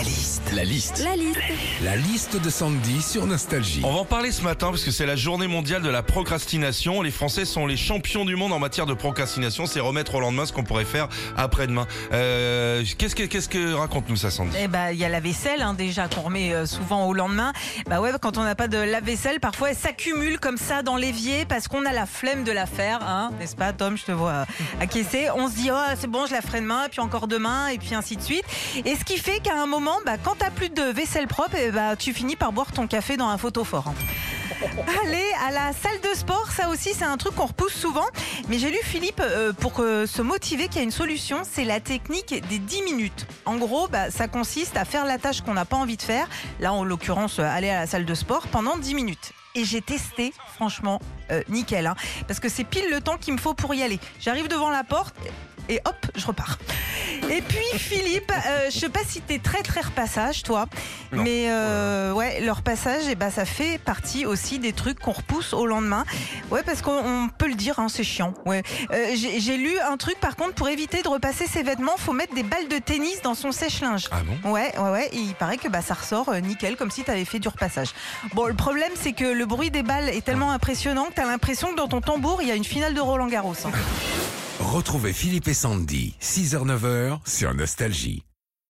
liste. La liste. La liste. La liste de Sandy sur Nostalgie. On va en parler ce matin parce que c'est la journée mondiale de la procrastination. Les Français sont les champions du monde en matière de procrastination. C'est remettre au lendemain ce qu'on pourrait faire après-demain. Qu'est-ce que raconte-nous ça, Sandy? Eh ben, il y a la vaisselle déjà qu'on remet souvent au lendemain. Bah ouais, quand on n'a pas de lave-vaisselle, parfois elle s'accumule comme ça dans l'évier parce qu'on a la flemme de la faire, hein, n'est-ce pas, Tom? Je te vois acquiescer. On se dit oh c'est bon, je la ferai demain, et puis encore demain, et puis ainsi de suite. Et ce qui fait qu'à un moment, quand t'as plus de vaisselle propre, tu finis par boire ton café dans un photophore. Aller à la salle de sport, ça aussi c'est un truc qu'on repousse souvent. Mais j'ai lu, Philippe, pour se motiver, qu'il y a une solution, c'est la technique des 10 minutes. En gros, ça consiste à faire la tâche qu'on n'a pas envie de faire. Là, en l'occurrence, aller à la salle de sport pendant 10 minutes. Et j'ai testé, franchement, nickel. Parce que c'est pile le temps qu'il me faut pour y aller. J'arrive devant la porte et hop, je repars. Et puis Philippe, je sais pas si t'es très repassage toi, non. Mais ouais, le repassage, ça fait partie aussi des trucs qu'on repousse au lendemain. Ouais, parce qu'on peut le dire, c'est chiant. Ouais. J'ai lu un truc par contre, pour éviter de repasser ses vêtements, faut mettre des balles de tennis dans son sèche-linge. Ah bon? Ouais. Et il paraît que ça ressort nickel, comme si t'avais fait du repassage. Bon, le problème c'est que le bruit des balles est tellement impressionnant que t'as l'impression que dans ton tambour il y a une finale de Roland Garros. Retrouvez Philippe et Sandy, 6h-9h sur Nostalgie.